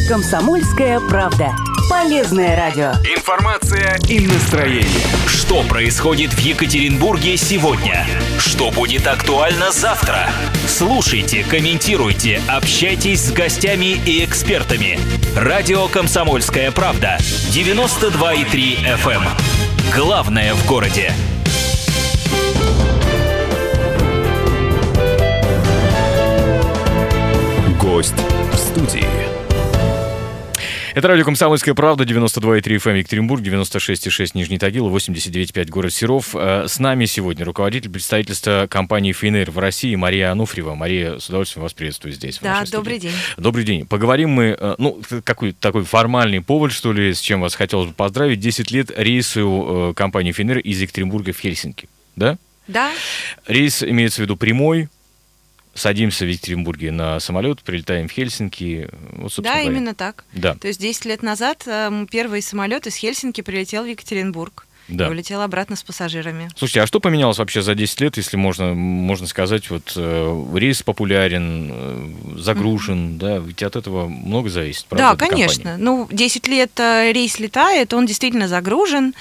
«Комсомольская правда». Полезное радио. Информация и настроение. Что происходит в Екатеринбурге сегодня? Что будет актуально завтра? Слушайте, комментируйте, общайтесь с гостями и экспертами. Радио «Комсомольская правда». 92,3 FM. Главное в городе. Гость в студии. Это радио «Комсомольская правда», 92,3 FM Екатеринбург, 96,6 Нижний Тагил, 89,5 город Серов. С нами сегодня руководитель представительства компании «Финэйр» в России Мария Ануфриева. Мария, с удовольствием вас приветствую здесь. Да, добрый день. Добрый день. Поговорим мы, какой такой формальный повод, что ли, с чем вас хотелось бы поздравить. 10 лет рейсу компании «Финэйр» из Екатеринбурга в Хельсинки, да? Да. Рейс имеется в виду прямой. Садимся в Екатеринбурге на самолет, прилетаем в Хельсинки. Вот, да, говоря. Именно так. Да. То есть 10 лет назад первый самолет из Хельсинки прилетел в Екатеринбург. Да. И улетел обратно с пассажирами. Слушайте, а что поменялось вообще за 10 лет, если можно сказать, вот рейс популярен, загружен, да, ведь от этого много зависит, правда? Да, конечно. Ну, 10 лет рейс летает, он действительно загружен,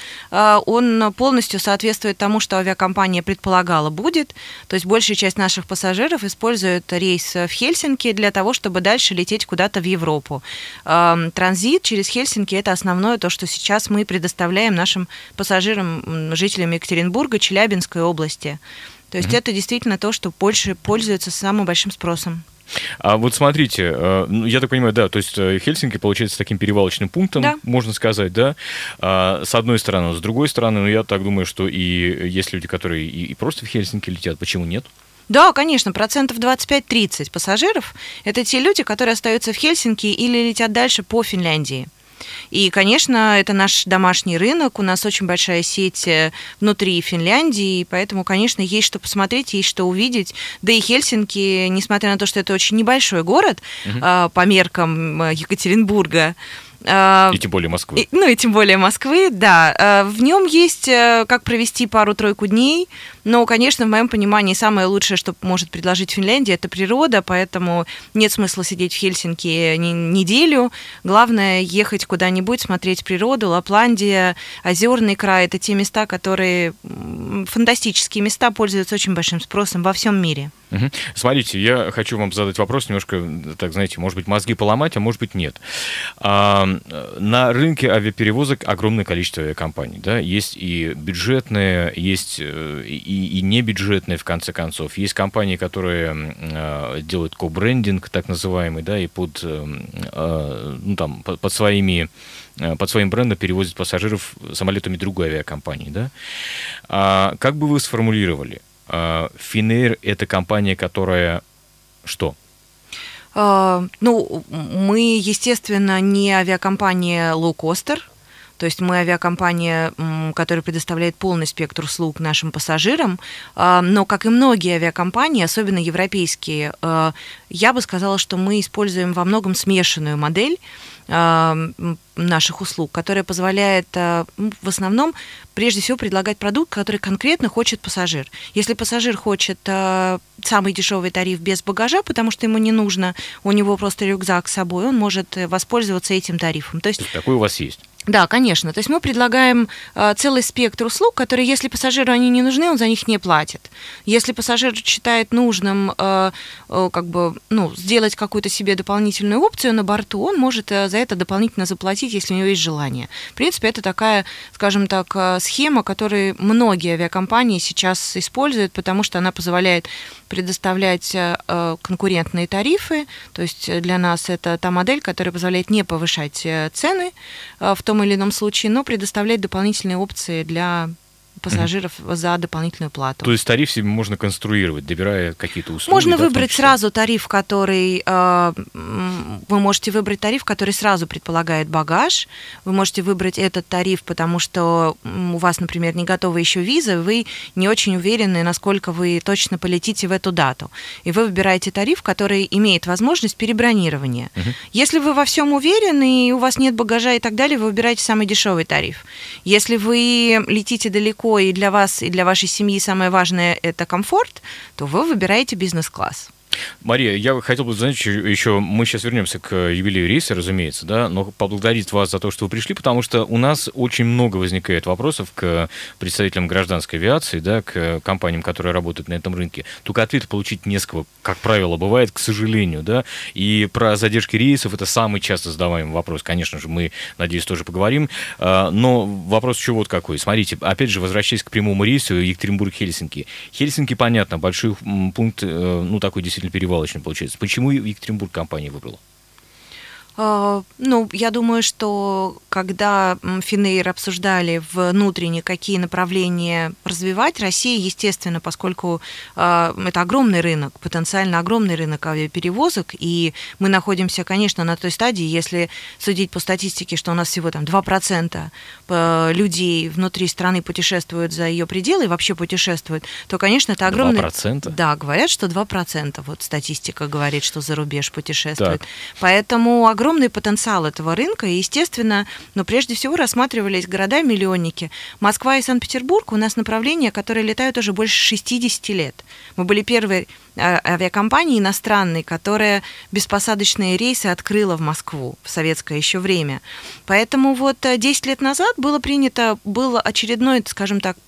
он полностью соответствует тому, что авиакомпания предполагала будет, то есть большая часть наших пассажиров использует рейс в Хельсинки для того, чтобы дальше лететь куда-то в Европу. Транзит через Хельсинки – это основное то, что сейчас мы предоставляем нашим пассажирам, жителям Екатеринбурга, Челябинской области. То есть это действительно то, что Польша пользуется самым большим спросом. А вот смотрите, я так понимаю, да, то есть Хельсинки получается таким перевалочным пунктом, да, можно сказать, да, с одной стороны. С другой стороны, я так думаю, что и есть люди, которые и просто в Хельсинки летят, почему нет? Да, конечно, 25-30% пассажиров – это те люди, которые остаются в Хельсинки или летят дальше по Финляндии. И, конечно, это наш домашний рынок, у нас очень большая сеть внутри Финляндии, поэтому, конечно, есть что посмотреть, есть что увидеть. Да и Хельсинки, несмотря на то, что это очень небольшой город по меркам Екатеринбурга, и тем более Москвы. И тем более Москвы, да. В нем есть как провести пару-тройку дней, но, конечно, в моем понимании самое лучшее, что может предложить Финляндия, это природа, поэтому нет смысла сидеть в Хельсинки неделю. Главное ехать куда-нибудь, смотреть природу. Лапландия, Озерный край – это те места, которые фантастические места, пользуются очень большим спросом во всем мире. Угу. Смотрите, я хочу вам задать вопрос, немножко, так знаете, может быть, мозги поломать, а может быть, нет. На рынке авиаперевозок огромное количество авиакомпаний, да, есть и бюджетные, есть и небюджетные, в конце концов. Есть компании, которые делают ко-брендинг, так называемый, да, и под своим брендом перевозят пассажиров самолетами другой авиакомпании, да. Как бы вы сформулировали? Финэйр – это компания, которая что? Мы, естественно, не авиакомпания лоукостер, то есть мы авиакомпания, которая предоставляет полный спектр услуг нашим пассажирам, но, как и многие авиакомпании, особенно европейские, я бы сказала, что мы используем во многом смешанную модель наших услуг, которая позволяет в основном, прежде всего, предлагать продукт, который конкретно хочет пассажир. Если пассажир хочет самый дешевый тариф без багажа, потому что ему не нужно, у него просто рюкзак с собой, он может воспользоваться этим тарифом. То есть такой у вас есть? Да, конечно. То есть мы предлагаем целый спектр услуг, которые, если пассажиру они не нужны, он за них не платит. Если пассажир считает нужным сделать какую-то себе дополнительную опцию на борту, он может за это дополнительно заплатить, если у него есть желание. В принципе, это такая, скажем так, схема, которую многие авиакомпании сейчас используют, потому что она позволяет предоставлять конкурентные тарифы. То есть для нас это та модель, которая позволяет не повышать цены в том или ином случае, но предоставлять дополнительные опции для пассажиров за дополнительную плату. То есть тариф себе можно конструировать, добирая какие-то услуги? Можно выбрать сразу тариф, который... Вы можете выбрать тариф, который сразу предполагает багаж. Вы можете выбрать этот тариф, потому что у вас, например, не готова еще виза, вы не очень уверены, насколько вы точно полетите в эту дату. И вы выбираете тариф, который имеет возможность перебронирования. Если вы во всем уверены, и у вас нет багажа и так далее, вы выбираете самый дешевый тариф. Если вы летите далеко, и для вас, и для вашей семьи самое важное – это комфорт, то вы выбираете бизнес-класс. Мария, я хотел бы, знаете, еще мы сейчас вернемся к юбилею рейса, разумеется, да, но поблагодарить вас за то, что вы пришли, потому что у нас очень много возникает вопросов к представителям гражданской авиации, да, к компаниям, которые работают на этом рынке. Только ответы получить не с кого, как правило, бывает, к сожалению, да, и про задержки рейсов это самый часто задаваемый вопрос. Конечно же, мы, надеюсь, тоже поговорим, но вопрос еще вот какой. Смотрите, опять же, возвращаясь к прямому рейсу Екатеринбург-Хельсинки. Хельсинки, понятно, большой пункт, ну, такой действительно перевалочный получается. Почему Екатеринбург компания выбрала? Ну, я думаю, что когда Finnair обсуждали внутренне, какие направления развивать, Россия, естественно, поскольку это огромный рынок, потенциально огромный рынок авиаперевозок, и мы находимся, конечно, на той стадии, если судить по статистике, что у нас всего там 2% людей внутри страны путешествуют за ее пределы и вообще путешествуют, то, конечно, это огромный... 2%? Да, говорят, что 2%. Вот статистика говорит, что за рубеж путешествует. Так. Поэтому огромный потенциал этого рынка, и, естественно, но прежде всего рассматривались города-миллионники. Москва и Санкт-Петербург у нас направления, которые летают уже больше 60 лет. Мы были первой авиакомпанией иностранной, которая беспосадочные рейсы открыла в Москву в советское еще время. Поэтому вот 10 лет назад был очередной, скажем так,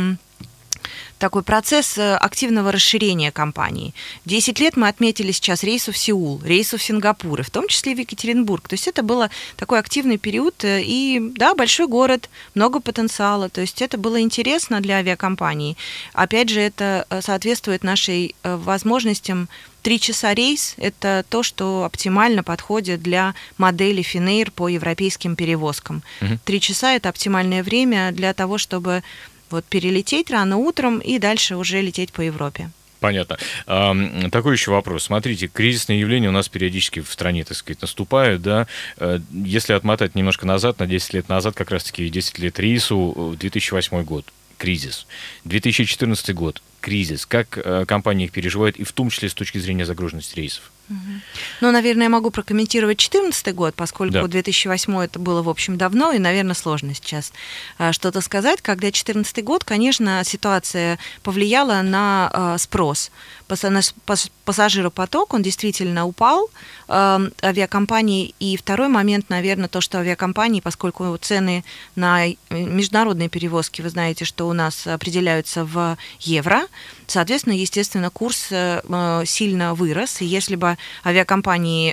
такой процесс активного расширения компании. 10 лет мы отметили сейчас рейсу в Сеул, рейсу в Сингапур, и в том числе и в Екатеринбург. То есть это был такой активный период, и да, большой город, много потенциала, то есть это было интересно для авиакомпании. Опять же, это соответствует нашей возможностям. 3 часа рейс – это то, что оптимально подходит для модели Finnair по европейским перевозкам. 3 часа – это оптимальное время для того, чтобы вот перелететь рано утром и дальше уже лететь по Европе. Понятно. Такой еще вопрос. Смотрите, кризисные явления у нас периодически в стране, так сказать, наступают, да. Если отмотать немножко назад, на 10 лет назад, как раз-таки 10 лет рейсу, 2008 год, кризис. 2014 год, кризис. Как компания их переживает, и в том числе с точки зрения загруженности рейсов? Ну, наверное, я могу прокомментировать 2014 год, поскольку 2008 это было, в общем, давно, и, наверное, сложно сейчас что-то сказать. Когда 2014 год, конечно, ситуация повлияла на спрос. Пассажиропоток, он действительно упал, авиакомпании. И второй момент, наверное, то, что авиакомпании, поскольку цены на международные перевозки, вы знаете, что у нас определяются в евро, соответственно, естественно, курс сильно вырос. И если бы авиакомпании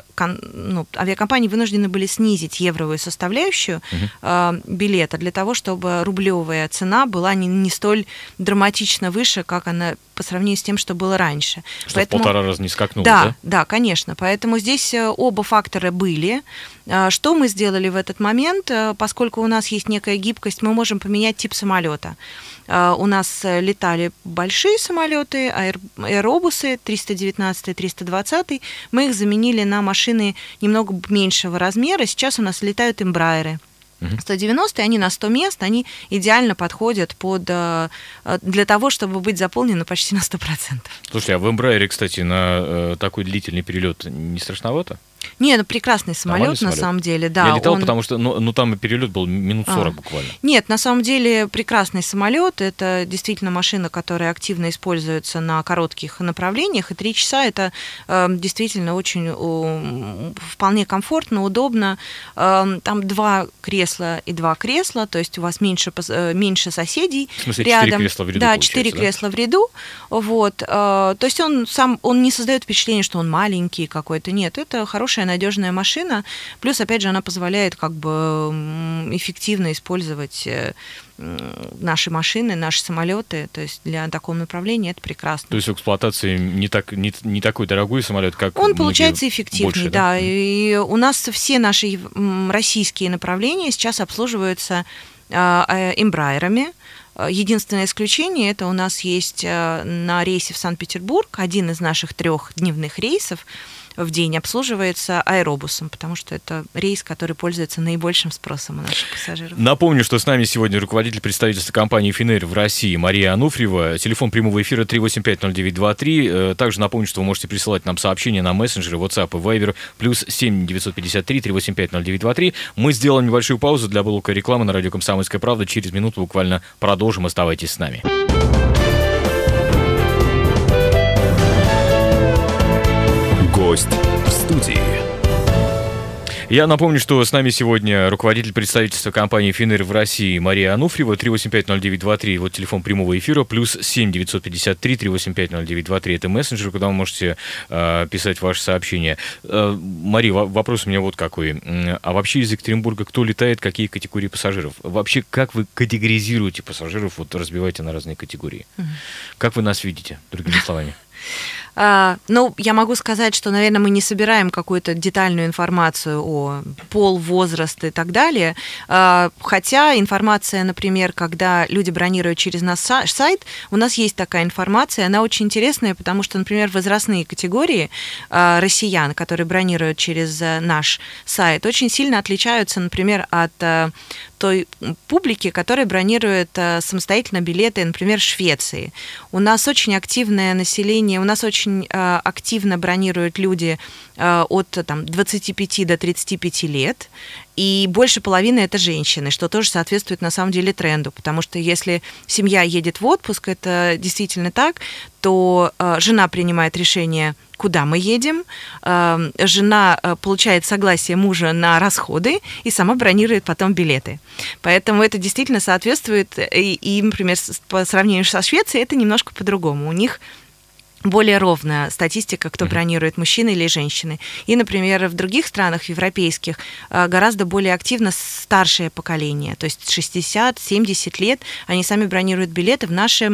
вынуждены были снизить евровую составляющую билета для того, чтобы рублевая цена была не столь драматично выше, как она по сравнению с тем, что было раньше. Что в 1,5 раза не скакнуло, да, конечно. Поэтому здесь оба фактора были. Что мы сделали в этот момент? Поскольку у нас есть некая гибкость, мы можем поменять тип самолета. У нас летали большие самолеты, аэробусы 319, 320. Мы их заменили на машины немного меньшего размера. Сейчас у нас летают эмбраеры. 190, они на 100 мест, они идеально подходят для того, чтобы быть заполнены почти на 100%. Слушайте, а в эмбраере, кстати, на такой длительный перелет не страшновато? Нет, прекрасный самолет, на самом деле, да. Я летал, потому что там перелет был минут 40 буквально. Нет, на самом деле прекрасный самолет. Это действительно машина, которая активно используется на коротких направлениях. И 3 часа это действительно очень вполне комфортно, удобно. Там 2 кресла и 2 кресла, то есть у вас меньше соседей. В смысле, рядом. 4 кресла в ряду? Да, 4 кресла в ряду. Вот. То есть он не создает впечатление, что он маленький какой-то. Нет, это хорошая, надежная машина. Плюс, опять же, она позволяет как бы эффективно использовать наши машины, наши самолеты. То есть для такого направления это прекрасно. То есть в эксплуатации не такой дорогой самолет, как он получается эффективный, больше, да. И у нас все наши российские направления сейчас обслуживаются эмбраерами. Единственное исключение, это у нас есть на рейсе в Санкт-Петербург один из наших 3-дневных рейсов в день обслуживается аэробусом, потому что это рейс, который пользуется наибольшим спросом у наших пассажиров. Напомню, что с нами сегодня руководитель представительства компании Finnair в России Мария Ануфриева. Телефон прямого эфира 3850923. Также напомню, что вы можете присылать нам сообщения на мессенджеры WhatsApp и Viber +7 953 385 0923. Мы сделаем небольшую паузу для блока рекламы на радио «Комсомольская правда». Через минуту буквально продолжим. Оставайтесь с нами. Гость в студии. Я напомню, что с нами сегодня руководитель представительства компании «Финэр» в России Мария Ануфриева. 3850923, вот телефон прямого эфира, плюс 7 953 3850923. Это мессенджер, куда вы можете писать ваши сообщения. Мария, вопрос у меня вот какой. А вообще из Екатеринбурга кто летает, какие категории пассажиров? Вообще, как вы категоризируете пассажиров, вот разбиваете на разные категории? Как вы нас видите, другими словами? Ну, я могу сказать, что, наверное, мы не собираем какую-то детальную информацию о пол, возраст и так далее. Хотя информация, например, когда люди бронируют через наш сайт, у нас есть такая информация, она очень интересная, потому что, например, возрастные категории россиян, которые бронируют через наш сайт, очень сильно отличаются, например, от той публики, которая бронирует самостоятельно билеты, например, в Швеции. У нас очень активное население, у нас очень активно бронируют люди от 25 до 35 лет, и больше половины это женщины, что тоже соответствует на самом деле тренду, потому что если семья едет в отпуск, это действительно так, то жена принимает решение, куда мы едем, жена получает согласие мужа на расходы и сама бронирует потом билеты. Поэтому это действительно соответствует, и например, по сравнению со Швецией, это немножко по-другому. У них более ровная статистика, кто бронирует, мужчины или женщины. И, например, в других странах европейских гораздо более активно старшее поколение, то есть 60-70 лет, они сами бронируют билеты. В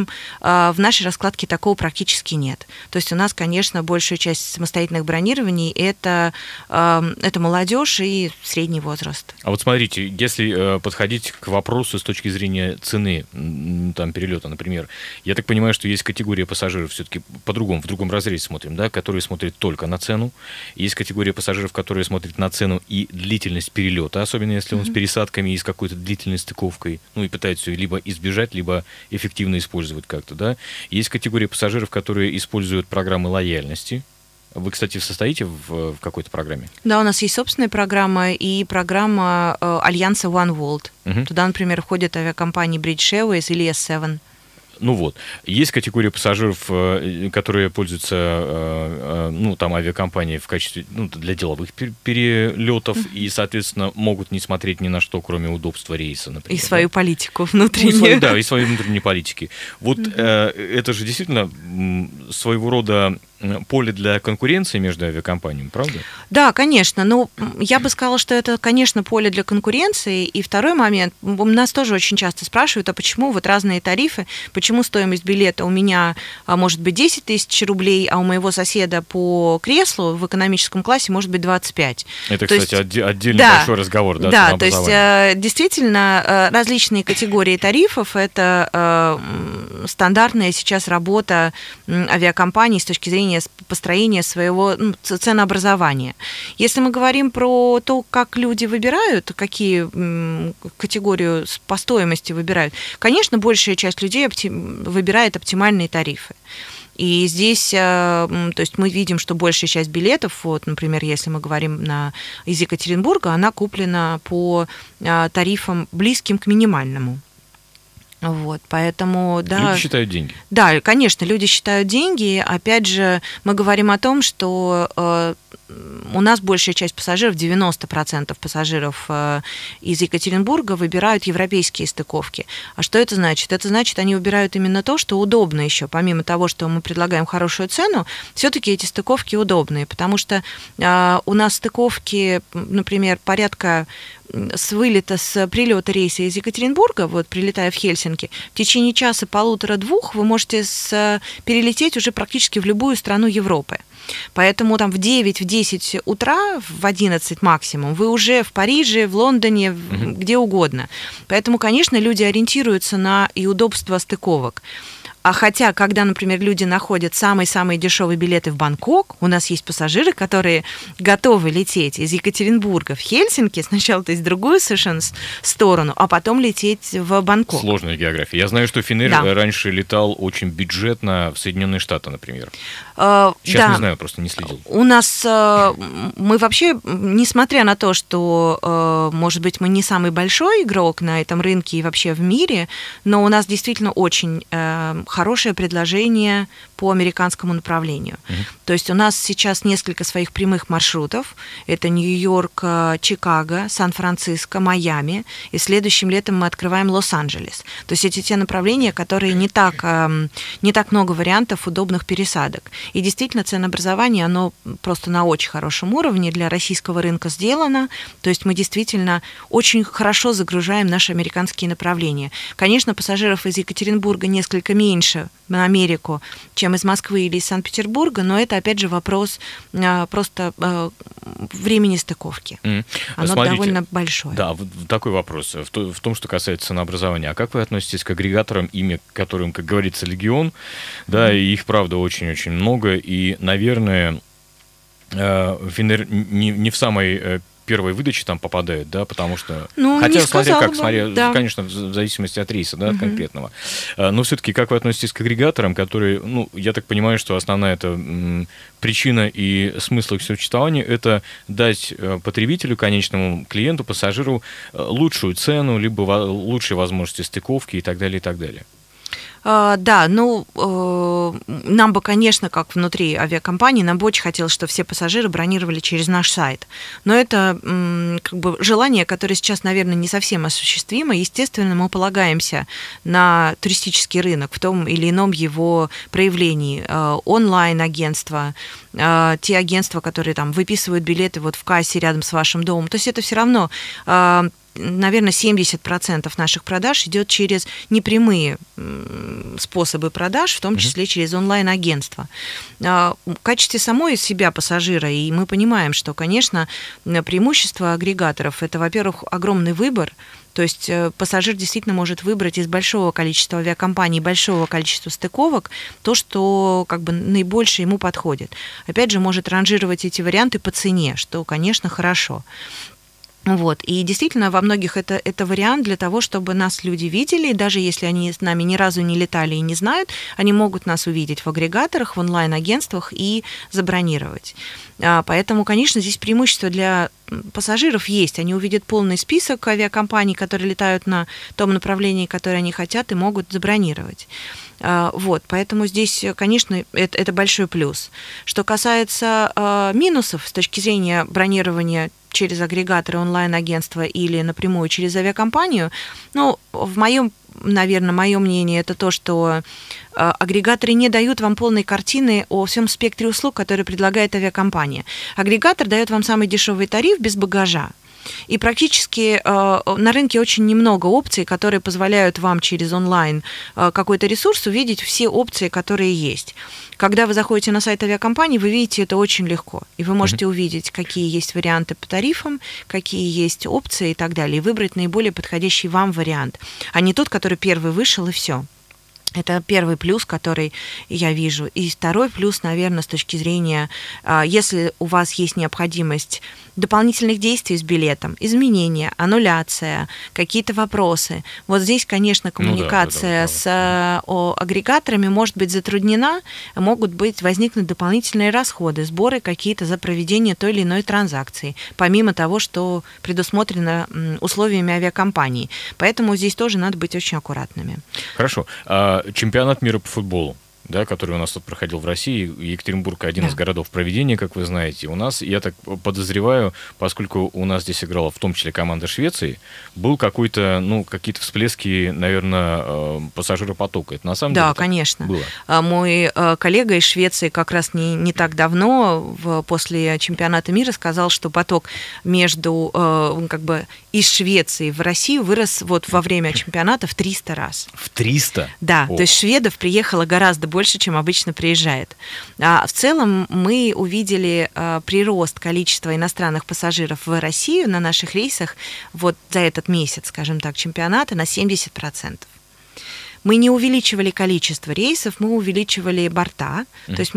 нашей раскладке такого практически нет. То есть у нас, конечно, большая часть самостоятельных бронирований это молодежь и средний возраст. А вот смотрите, если подходить к вопросу с точки зрения цены там, перелета, например, я так понимаю, что есть категория пассажиров все-таки в другом разрезе смотрим, да, которые смотрят только на цену. Есть категория пассажиров, которые смотрят на цену и длительность перелета, особенно если он с пересадками и с какой-то длительной стыковкой, ну и пытаются ее либо избежать, либо эффективно использовать как-то, да. Есть категория пассажиров, которые используют программы лояльности. Вы, кстати, состоите в какой-то программе? Да, у нас есть собственная программа и программа Альянса OneWorld. Туда, например, входят авиакомпании British Airways или S7. Ну вот, есть категория пассажиров, которые пользуются, авиакомпанией в качестве, для деловых перелетов и, соответственно, могут не смотреть ни на что, кроме удобства рейса, например. И свою политику внутреннюю. И свои внутренние политики. Вот это же действительно своего рода поле для конкуренции между авиакомпаниями, правда? Да, конечно. Ну, я бы сказала, что это, конечно, поле для конкуренции. И второй момент. Нас тоже очень часто спрашивают, а почему вот разные тарифы, почему стоимость билета у меня может быть 10 тысяч рублей, а у моего соседа по креслу в экономическом классе может быть 25. Это, кстати, отдельный большой разговор. Да, то есть действительно различные категории тарифов – это стандартная сейчас работа авиакомпаний с точки зрения построения своего ценообразования. Если мы говорим про то, как люди выбирают, какие категорию по стоимости выбирают, конечно, большая часть людей выбирает оптимальные тарифы. И здесь, то есть мы видим, что большая часть билетов, вот, например, если мы говорим из Екатеринбурга, она куплена по тарифам близким к минимальному. Вот, поэтому, да. Люди считают деньги. Да, конечно, люди считают деньги. Опять же, мы говорим о том, что у нас большая часть пассажиров, 90% пассажиров из Екатеринбурга выбирают европейские стыковки. А что это значит? Это значит, они выбирают именно то, что удобно еще. Помимо того, что мы предлагаем хорошую цену, все-таки эти стыковки удобные, потому что у нас стыковки, например, порядка с прилета рейса из Екатеринбурга, вот прилетая в Хельсинки, в течение часа, полутора-двух вы можете перелететь уже практически в любую страну Европы. Поэтому там в 9-10 утра, в 11 максимум, вы уже в Париже, в Лондоне, где угодно. Поэтому, конечно, люди ориентируются на и удобство стыковок. А хотя, когда, например, люди находят самые-самые дешевые билеты в Бангкок, у нас есть пассажиры, которые готовы лететь из Екатеринбурга в Хельсинки, сначала, то есть в другую совершенно сторону, а потом лететь в Бангкок. Сложная география. Я знаю, что Финэр раньше летал очень бюджетно в Соединенные Штаты, например. Сейчас не знаю, просто не следил. У нас, мы вообще, несмотря на то, что может быть, мы не самый большой игрок на этом рынке и вообще в мире, но у нас действительно очень хорошее предложение по американскому направлению. То есть у нас сейчас несколько своих прямых маршрутов. Это Нью-Йорк, Чикаго, Сан-Франциско, Майами. И следующим летом мы открываем Лос-Анджелес. То есть это те направления, которые не так много вариантов удобных пересадок. И действительно ценообразование, оно просто на очень хорошем уровне для российского рынка сделано. То есть мы действительно очень хорошо загружаем наши американские направления. Конечно, пассажиров из Екатеринбурга несколько меньше на Америку, чем из Москвы или из Санкт-Петербурга, но это, опять же, вопрос просто времени стыковки. Оно довольно большое. Да, вот такой вопрос. В том, что касается ценообразования. А как вы относитесь к агрегаторам, имя которым, как говорится, легион? Да, и их, правда, очень-очень много. И, наверное, не в самой первой выдаче там попадают, да, потому что... хотя, да. Конечно, в зависимости от рейса, да, конкретного. Но все-таки, как вы относитесь к агрегаторам, которые, я так понимаю, что основная это причина и смысл их существования — это дать потребителю, конечному клиенту, пассажиру лучшую цену, либо лучшие возможности стыковки и так далее, и так далее. Да, нам бы, конечно, как внутри авиакомпании, нам бы очень хотелось, чтобы все пассажиры бронировали через наш сайт. Но это как бы желание, которое сейчас, наверное, не совсем осуществимо. Естественно, мы полагаемся на туристический рынок в том или ином его проявлении. Онлайн-агентства, те агентства, которые там выписывают билеты вот в кассе рядом с вашим домом. То есть это все равно... Наверное, 70% наших продаж идет через непрямые способы продаж, в том числе через онлайн-агентства. В качестве самой себя пассажира, и мы понимаем, что, конечно, преимущество агрегаторов – это, во-первых, огромный выбор. То есть пассажир действительно может выбрать из большого количества авиакомпаний, большого количества стыковок то, что как бы наибольше ему подходит. Опять же, может ранжировать эти варианты по цене, что, конечно, хорошо. Вот. И действительно, во многих это вариант для того, чтобы нас люди видели, и даже если они с нами ни разу не летали и не знают, они могут нас увидеть в агрегаторах, в онлайн-агентствах и забронировать. Поэтому, конечно, здесь преимущество для пассажиров есть. Они увидят полный список авиакомпаний, которые летают на том направлении, которое они хотят, и могут забронировать. Вот, поэтому здесь, конечно, это большой плюс. Что касается минусов с точки зрения бронирования через агрегаторы, онлайн-агентства или напрямую через авиакомпанию, мое мнение, это то, что агрегаторы не дают вам полной картины о всем спектре услуг, которые предлагает авиакомпания. Агрегатор дает вам самый дешевый тариф без багажа. И практически на рынке очень немного опций, которые позволяют вам через онлайн какой-то ресурс увидеть все опции, которые есть. Когда вы заходите на сайт авиакомпании, вы видите это очень легко. И вы можете увидеть, какие есть варианты по тарифам, какие есть опции и так далее, и выбрать наиболее подходящий вам вариант, а не тот, который первый вышел, и все. Это первый плюс, который я вижу. И второй плюс, наверное, с точки зрения, если у вас есть необходимость дополнительных действий с билетом, изменения, аннуляция, какие-то вопросы. Вот здесь, конечно, коммуникация с агрегаторами может быть затруднена, могут возникнуть дополнительные расходы, сборы какие-то за проведение той или иной транзакции, помимо того, что предусмотрено условиями авиакомпании. Поэтому здесь тоже надо быть очень аккуратными. Хорошо. Чемпионат мира по футболу, да, который у нас тут проходил в России. Екатеринбург один из городов проведения, как вы знаете. У нас, я так подозреваю, поскольку у нас здесь играла в том числе команда Швеции, был какие-то всплески, наверное, пассажиропотока. Это на самом деле? Да, конечно. Было. Мой коллега из Швеции как раз не так давно, после чемпионата мира, сказал, что поток между из Швеции в Россию вырос вот во время чемпионата в 300 раз. В 300? Да, то есть шведов приехало гораздо больше, чем обычно приезжает. В целом мы увидели прирост количества иностранных пассажиров в Россию на наших рейсах вот за этот месяц, скажем так, чемпионата на 70%. Мы не увеличивали количество рейсов, мы увеличивали борта. То есть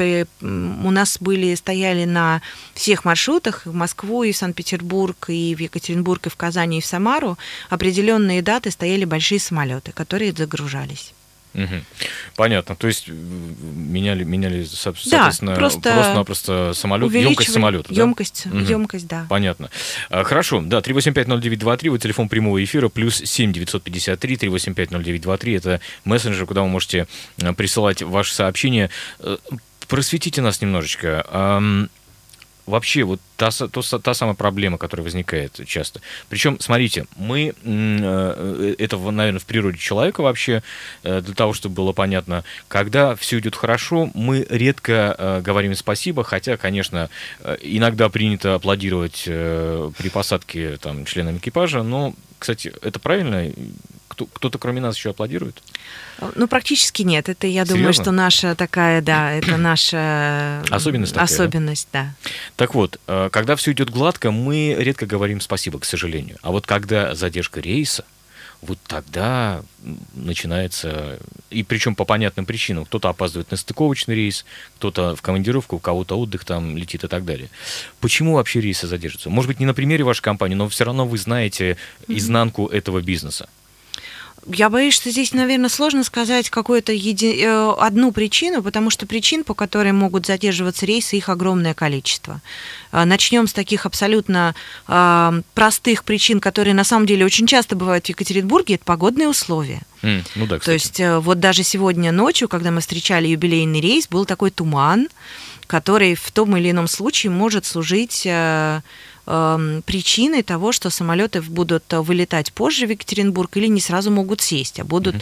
у нас стояли на всех маршрутах в Москву, и в Санкт-Петербург, и в Екатеринбург, и в Казань, и в Самару определенные даты стояли большие самолеты, которые загружались. Понятно. То есть меняли соответственно, просто самолет, емкость самолета. Емкость, да? емкость, да. Понятно. Хорошо. Да, 3850923, вот телефон прямого эфира, плюс 7953 3850923. Это мессенджер, куда вы можете присылать ваши сообщения. Просветите нас немножечко. Вообще, вот та самая проблема, которая возникает часто. Причем, смотрите, мы, это, наверное, в природе человека вообще, для того, чтобы было понятно, когда все идет хорошо, мы редко говорим спасибо, хотя, конечно, иногда принято аплодировать при посадке там, членам экипажа, но, кстати, это правильно? Кто-то кроме нас еще аплодирует? Ну, практически нет. Это, я думаю, что наша такая, да, это наша особенность такая, особенность, да. Так вот, когда все идет гладко, мы редко говорим спасибо, к сожалению. А вот когда задержка рейса, вот тогда начинается, и причем по понятным причинам. Кто-то опаздывает на стыковочный рейс, кто-то в командировку, у кого-то отдых там летит и так далее. Почему вообще рейсы задерживаются? Может быть, не на примере вашей компании, но все равно вы знаете изнанку этого бизнеса. Я боюсь, что здесь, наверное, сложно сказать какую-то одну причину, потому что причин, по которой могут задерживаться рейсы, их огромное количество. Начнем с таких абсолютно простых причин, которые на самом деле очень часто бывают в Екатеринбурге, это погодные условия. Ну да, кстати. То есть вот даже сегодня ночью, когда мы встречали юбилейный рейс, был такой туман, который в том или ином случае может служить причиной того, что самолеты будут вылетать позже в Екатеринбург или не сразу могут сесть, а будут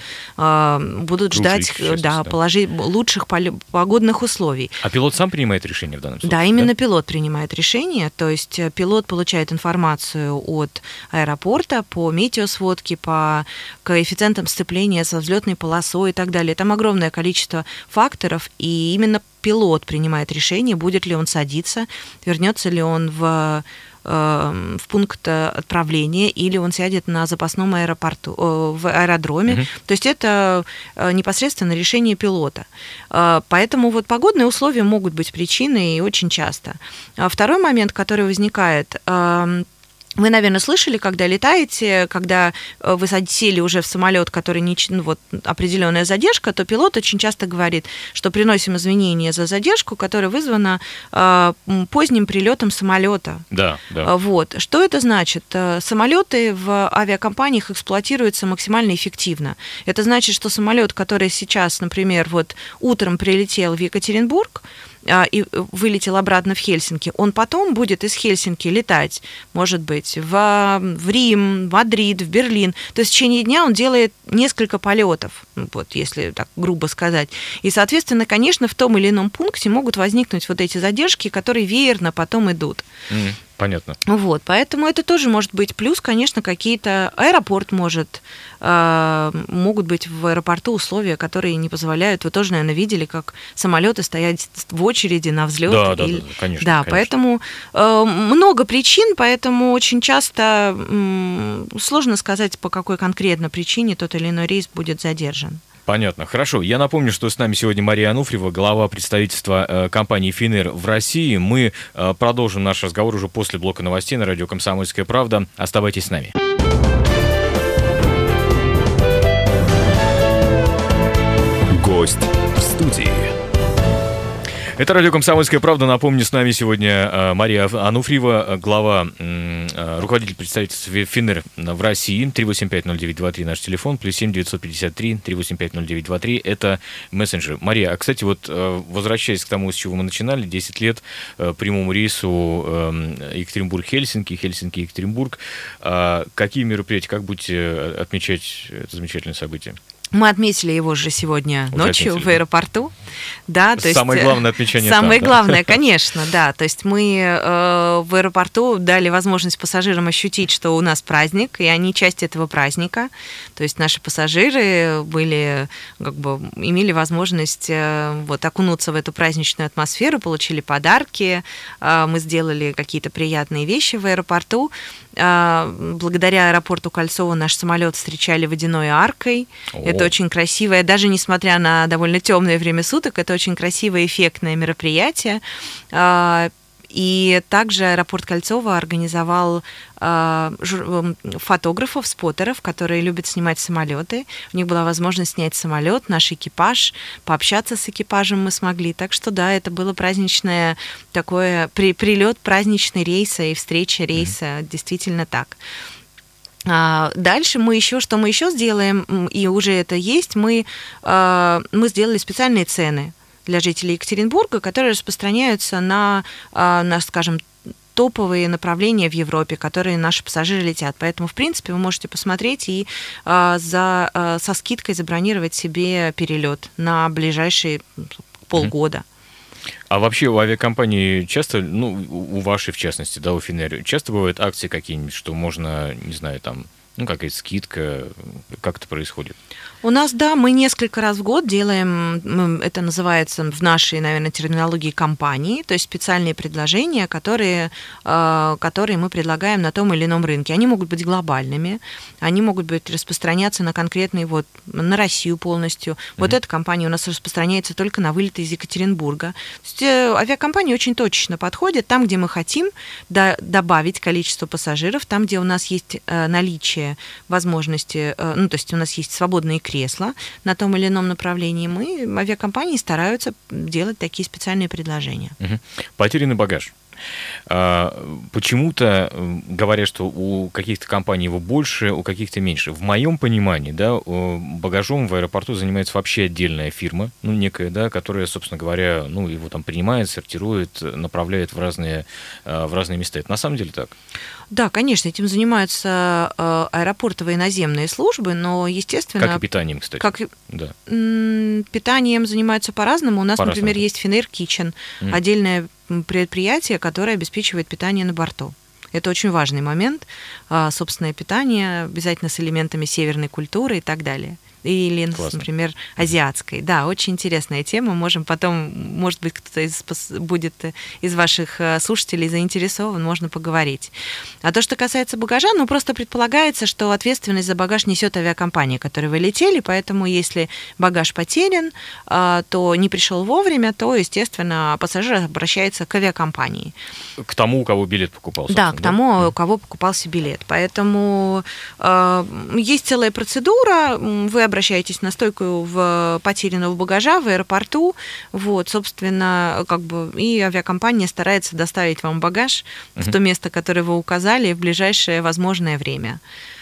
ждать лучших погодных условий. А пилот сам принимает решение в данном случае? Да, именно пилот принимает решение, то есть пилот получает информацию от аэропорта по метеосводке, по коэффициентам сцепления со взлетной полосой и так далее. Там огромное количество факторов, и именно пилот принимает решение, будет ли он садиться, вернется ли он в пункт отправления, или он сядет на запасном в аэродроме. То есть это непосредственно решение пилота. Поэтому вот погодные условия могут быть причиной и очень часто. Второй момент, который возникает. Вы, наверное, слышали, когда летаете, когда вы сели уже в самолет, который определенная задержка, то пилот очень часто говорит, что приносим извинения за задержку, которая вызвана поздним прилетом самолета. Да. Вот. Что это значит? Самолеты в авиакомпаниях эксплуатируются максимально эффективно. Это значит, что самолет, который сейчас, например, вот утром прилетел в Екатеринбург, и вылетел обратно в Хельсинки, он потом будет из Хельсинки летать, может быть, в Рим, в Мадрид, в Берлин. То есть в течение дня он делает несколько полетов, вот, если так грубо сказать. И, соответственно, конечно, в том или ином пункте могут возникнуть вот эти задержки, которые веерно потом идут. Понятно. Вот, поэтому это тоже может быть. Плюс, конечно, какие-то аэропорт могут быть в аэропорту условия, которые не позволяют. Вы тоже, наверное, видели, как самолеты стоят в очереди на взлет. Да, конечно. Да, поэтому много причин, поэтому очень часто сложно сказать, по какой конкретно причине тот или иной рейс будет задержан. Понятно. Хорошо. Я напомню, что с нами сегодня Мария Ануфриева, глава представительства компании Finnair в России. Мы продолжим наш разговор уже после блока новостей на радио «Комсомольская правда». Оставайтесь с нами. Гость в студии. Это радио «Комсомольская правда». Напомню, с нами сегодня Мария Ануфриева, глава, руководитель представительства Finnair в России. 3850923 наш телефон, плюс 7953 3850923. Это мессенджер. Мария, а, кстати, вот возвращаясь к тому, с чего мы начинали, 10 лет прямому рейсу Екатеринбург-Хельсинки, Хельсинки-Екатеринбург. Какие мероприятия, как будете отмечать это замечательное событие? Мы отметили его же сегодня ночью в аэропорту. Да, то самое главное отмечание. Самое главное, конечно, да. То есть мы в аэропорту дали возможность пассажирам ощутить, что у нас праздник, и они часть этого праздника. То есть наши пассажиры имели возможность окунуться в эту праздничную атмосферу, получили подарки, мы сделали какие-то приятные вещи в аэропорту. Благодаря аэропорту Кольцово наш самолет встречали водяной аркой. Это очень красивое, даже несмотря на довольно темное время суток, это очень красивое, эффектное мероприятие. И также аэропорт Кольцово организовал фотографов, споттеров, которые любят снимать самолеты. У них была возможность снять самолет, наш экипаж, пообщаться с экипажем мы смогли. Так что да, это было праздничное такое прилет праздничный рейса и встреча рейса, действительно так. Дальше мы еще сделаем, и уже это есть, мы сделали специальные цены для жителей Екатеринбурга, которые распространяются на, скажем, топовые направления в Европе, которые наши пассажиры летят. Поэтому, в принципе, вы можете посмотреть и со скидкой забронировать себе перелет на ближайшие полгода. А вообще у авиакомпании часто, у вашей в частности, да, у Finnair, часто бывают акции какие-нибудь, что можно, не знаю, там, какая-то скидка, как это происходит? У нас, да, мы несколько раз в год делаем, это называется в нашей, наверное, терминологии компании, то есть специальные предложения, которые мы предлагаем на том или ином рынке. Они могут быть глобальными, они могут быть распространяться на конкретные, на Россию полностью. Вот эта компания у нас распространяется только на вылеты из Екатеринбурга. То есть авиакомпании очень точечно подходят там, где мы хотим добавить количество пассажиров, там, где у нас есть наличие возможности, то есть у нас есть свободные кресла на том или ином направлении, авиакомпании стараются делать такие специальные предложения. Потерянный багаж. Почему-то говорят, что у каких-то компаний его больше, у каких-то меньше. В моем понимании, да, багажом в аэропорту занимается вообще отдельная фирма, некая, да, которая, собственно говоря, его там принимает, сортирует, направляет в разные места. Это на самом деле так? Да, конечно, этим занимаются аэропортовые наземные службы, но, естественно... Как и питанием, кстати. Да. Питанием занимаются по-разному. У нас, например, есть Finnair Kitchen, отдельное предприятие, которое обеспечивает питание на борту. Это очень важный момент. Собственное питание, обязательно с элементами северной культуры и так далее. Или, например, азиатской. Да, очень интересная тема. Можем потом, может быть, кто-то будет из ваших слушателей заинтересован, можно поговорить. А то, что касается багажа, просто предполагается, что ответственность за багаж несет авиакомпания, которой вы летели, поэтому если багаж потерян, то не пришел вовремя, то, естественно, пассажир обращается к авиакомпании. К тому, у кого билет покупался. Да, к тому, у кого покупался билет. Поэтому есть целая процедура, вы обращаетесь на стойку потерянного багажа в аэропорту, собственно, и авиакомпания старается доставить вам багаж в то место, которое вы указали, в ближайшее возможное время.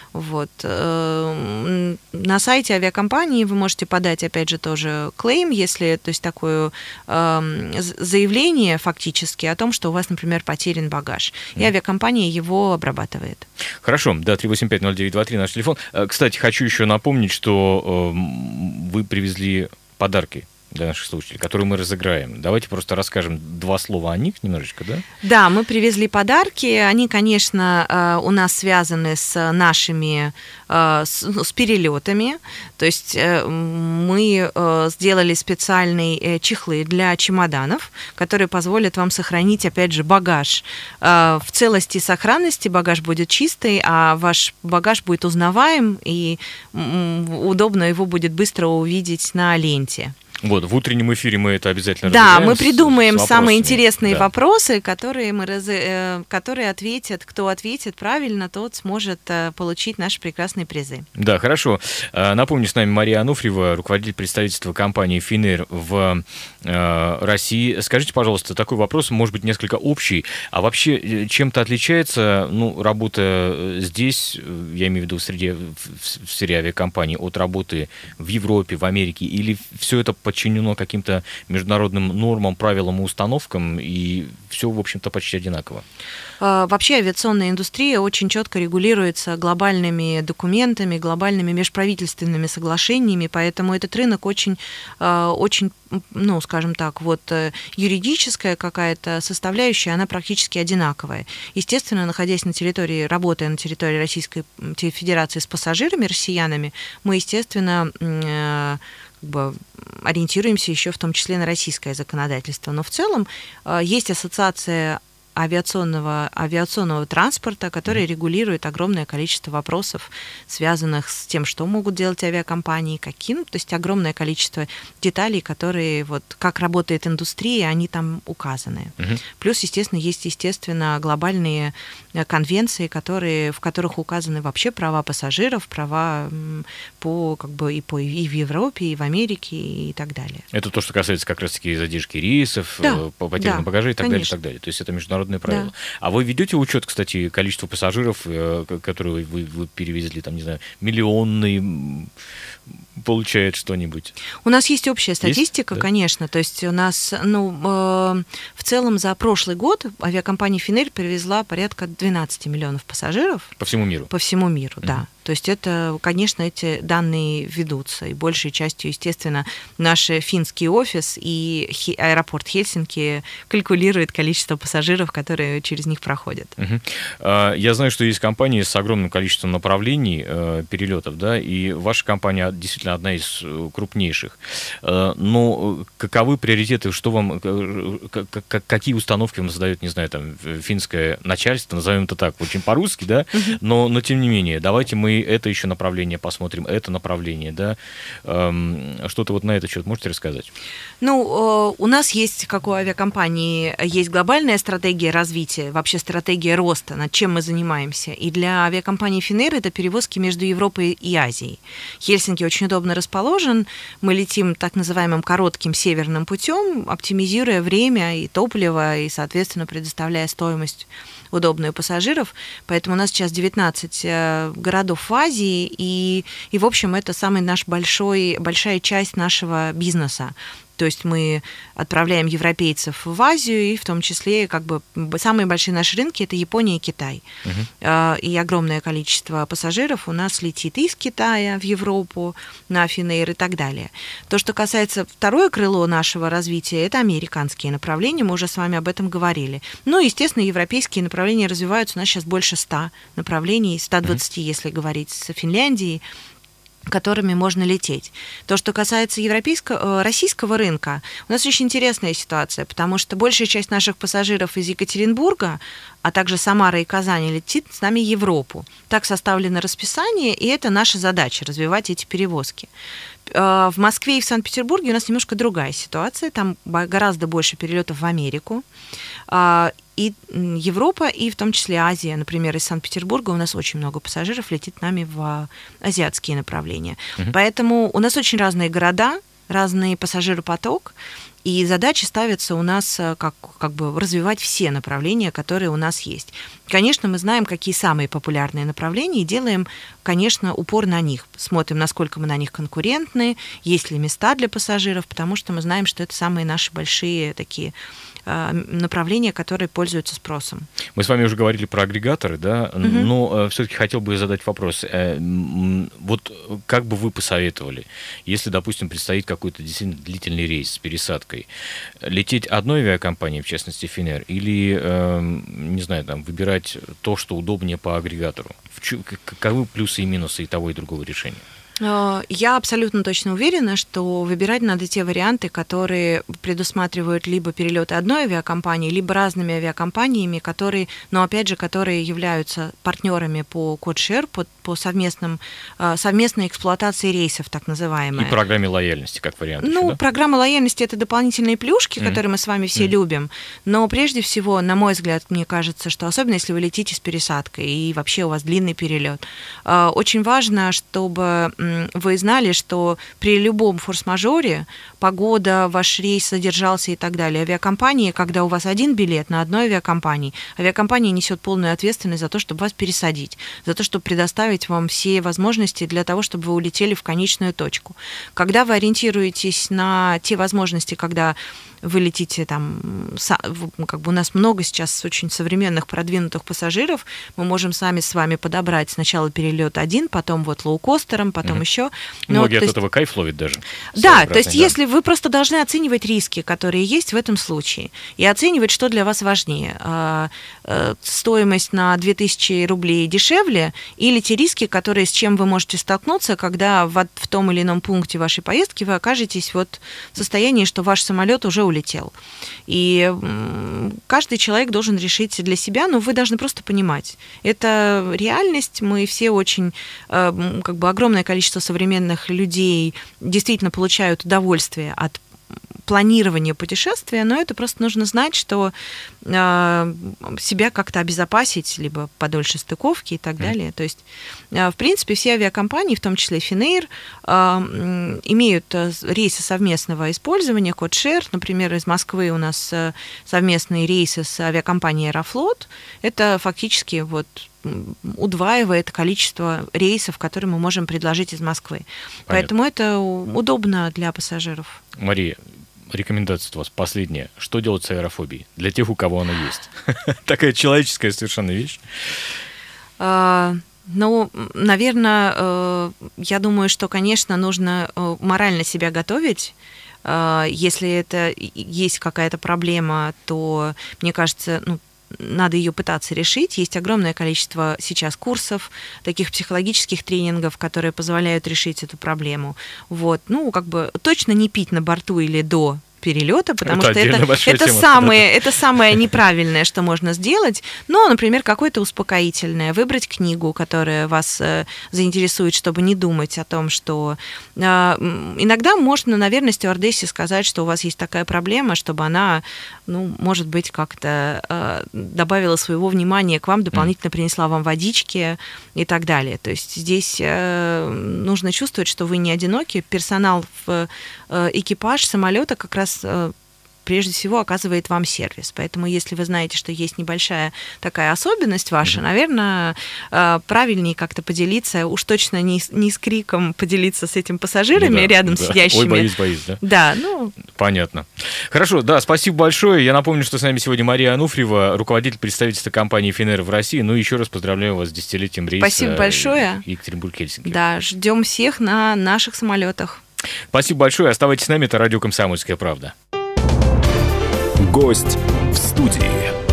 На сайте авиакомпании вы можете подать, опять же, тоже клейм, то есть такое заявление фактически о том, что у вас, например, потерян багаж, и авиакомпания его обрабатывает. Хорошо, да, 3850923 наш телефон. Кстати, хочу еще напомнить, что вы привезли подарки для наших слушателей, которые мы разыграем. Давайте просто расскажем два слова о них немножечко, да? Да, мы привезли подарки. Они, конечно, у нас связаны с нашими с перелетами. То есть мы сделали специальные чехлы для чемоданов, которые позволят вам сохранить, опять же, багаж в целости и сохранности. Багаж будет чистый, а ваш багаж будет узнаваем, и удобно его будет быстро увидеть на ленте. В утреннем эфире мы это обязательно разыграем. Да, мы придумаем самые интересные вопросы, которые ответят. Кто ответит правильно, тот сможет получить наши прекрасные призы. Да, хорошо. Напомню, с нами Мария Ануфриева, руководитель представительства компании Finnair в России. Скажите, пожалуйста, такой вопрос, может быть, несколько общий. А вообще чем-то отличается работа здесь, я имею в виду в среде авиакомпаний, от работы в Европе, в Америке, или все это подчинено каким-то международным нормам, правилам и установкам, и все, в общем-то, почти одинаково? Вообще авиационная индустрия очень четко регулируется глобальными документами, глобальными межправительственными соглашениями, поэтому этот рынок очень, скажем так, юридическая какая-то составляющая, она практически одинаковая. Естественно, находясь работая на территории Российской Федерации с пассажирами, россиянами, мы, естественно, ориентируемся еще в том числе на российское законодательство. Но в целом есть ассоциация авиационного транспорта, который регулирует огромное количество вопросов, связанных с тем, что могут делать авиакомпании, каким, то есть огромное количество деталей, которые вот как работает индустрия, они там указаны. Плюс, естественно, есть глобальные конвенции, в которых указаны вообще права пассажиров, права и в Европе, и в Америке, и так далее. Это то, что касается как раз-таки задержки рейсов, потерянного багажа и так далее, и так далее. То есть это международные правила. Да. А вы ведете учет, кстати, количества пассажиров, которые вы перевезли, там, не знаю, миллионный, получает что-нибудь? У нас есть общая статистика, да? Конечно. То есть у нас, в целом за прошлый год авиакомпания Finnair перевезла порядка 12 миллионов пассажиров. По всему миру? По всему миру, да. То есть это, конечно, эти данные ведутся. И большей частью, естественно, наш финский офис и аэропорт Хельсинки калькулирует количество пассажиров, которые через них проходят. Я знаю, что есть компании с огромным количеством направлений перелетов, да, и ваша компания действительно одна из крупнейших. Но каковы приоритеты, что вам, какие установки вам задает, не знаю, там, финское начальство, назовем это так, очень по-русски, да, но тем не менее, давайте мы это еще направление посмотрим, это направление, да, что-то вот на этот счет можете рассказать? У нас есть, как у авиакомпании, есть глобальная стратегия развития, вообще стратегия роста, над чем мы занимаемся. И для авиакомпании Finnair это перевозки между Европой и Азией. Хельсинки очень удобно расположен, мы летим так называемым коротким северным путем, оптимизируя время и топливо, и, соответственно, предоставляя стоимость удобную пассажиров. Поэтому у нас сейчас 19 городов в Азии, и в общем, это самая большая часть нашего бизнеса. То есть мы отправляем европейцев в Азию, и в том числе самые большие наши рынки – это Япония и Китай. И огромное количество пассажиров у нас летит из Китая в Европу на Finnair и так далее. То, что касается второе крыло нашего развития, это американские направления, мы уже с вами об этом говорили. Естественно, европейские направления развиваются, у нас сейчас больше 100 направлений, 120, если говорить с Финляндией, которыми можно лететь. То, что касается российского рынка, у нас очень интересная ситуация, потому что большая часть наших пассажиров из Екатеринбурга, а также Самара и Казани летит с нами в Европу. Так составлено расписание, и это наша задача – развивать эти перевозки. В Москве и в Санкт-Петербурге у нас немножко другая ситуация, там гораздо больше перелетов в Америку. И Европа, и в том числе Азия, например, из Санкт-Петербурга у нас очень много пассажиров летит нами в азиатские направления. Поэтому у нас очень разные города, разный пассажиропоток, и задача ставится у нас как бы развивать все направления, которые у нас есть. Конечно, мы знаем, какие самые популярные направления, и делаем, конечно, упор на них. Смотрим, насколько мы на них конкурентны, есть ли места для пассажиров, потому что мы знаем, что это самые наши большие такие направления, которые пользуются спросом. Мы с вами уже говорили про агрегаторы, да, но все-таки хотел бы задать вопрос. Вот как бы вы посоветовали, если, допустим, предстоит какой-то действительно длительный рейс с пересадкой, лететь одной авиакомпанией, в частности Finnair, или, не знаю, там, выбирать то, что удобнее по агрегатору? Каковы плюсы и минусы и того, и другого решения? Я абсолютно точно уверена, что выбирать надо те варианты, которые предусматривают либо перелеты одной авиакомпании, либо разными авиакомпаниями, которые являются партнерами по кодшер, по совместной эксплуатации рейсов, так называемой. И программе лояльности, как вариант. Да? Программа лояльности – это дополнительные плюшки, которые мы с вами все любим. Но прежде всего, на мой взгляд, мне кажется, что особенно если вы летите с пересадкой и вообще у вас длинный перелет, очень важно, чтобы вы знали, что при любом форс-мажоре, погода, ваш рейс задержался и так далее, авиакомпания, когда у вас один билет на одной авиакомпании, авиакомпания несет полную ответственность за то, чтобы вас пересадить, за то, чтобы предоставить вам все возможности для того, чтобы вы улетели в конечную точку. Когда вы ориентируетесь на те возможности, когда вы летите там, у нас много сейчас очень современных продвинутых пассажиров, мы можем сами с вами подобрать сначала перелет один, потом лоукостером, потом еще. Многие от этого кайф ловят даже. Да, то есть если вы просто должны оценивать риски, которые есть в этом случае, и оценивать, что для вас важнее. Стоимость на 2000 рублей дешевле или те риски, с чем вы можете столкнуться, когда в том или ином пункте вашей поездки вы окажетесь в состоянии, что ваш самолет уже улетел. И каждый человек должен решить для себя, но вы должны просто понимать. Это реальность, мы все очень, огромное количество современных людей действительно получают удовольствие от планирования путешествия, но это просто нужно знать, что себя как-то обезопасить, либо подольше стыковки и так далее. То есть, в принципе, все авиакомпании, в том числе Finnair, имеют рейсы совместного использования, кодшер. Например, из Москвы у нас совместные рейсы с авиакомпанией Аэрофлот. Это фактически удваивает количество рейсов, которые мы можем предложить из Москвы. Понятно. Поэтому это удобно для пассажиров. Мария, рекомендация от вас последняя. Что делать с аэрофобией? Для тех, у кого она есть. Такая человеческая совершенно вещь. Наверное, я думаю, что, конечно, нужно морально себя готовить. Если это есть какая-то проблема, то, мне кажется, надо ее пытаться решить. Есть огромное количество сейчас курсов, таких психологических тренингов, которые позволяют решить эту проблему. Точно не пить на борту или до перелета, потому что это самое неправильное, что можно сделать. Но, например, какое-то успокоительное, выбрать книгу, которая вас заинтересует, чтобы не думать о том, что... Иногда можно, наверное, стюардессе сказать, что у вас есть такая проблема, чтобы она, может быть, как-то добавила своего внимания к вам, дополнительно принесла вам водички и так далее. То есть здесь нужно чувствовать, что вы не одиноки. Персонал экипаж самолета как раз прежде всего оказывает вам сервис. Поэтому, если вы знаете, что есть небольшая такая особенность ваша, наверное, правильнее как-то поделиться, уж точно не с криком поделиться с этим пассажирами рядом сидящими. Ой, боюсь, да? Да, Понятно. Хорошо, спасибо большое. Я напомню, что с нами сегодня Мария Ануфриева, руководитель представительства компании Finnair в России. Еще раз поздравляю вас с 10-летием рейса. Спасибо большое. Екатеринбург-Хельсинки. Да, ждем всех на наших самолетах. Спасибо большое. Оставайтесь с нами. Это радио «Комсомольская правда». Гость в студии.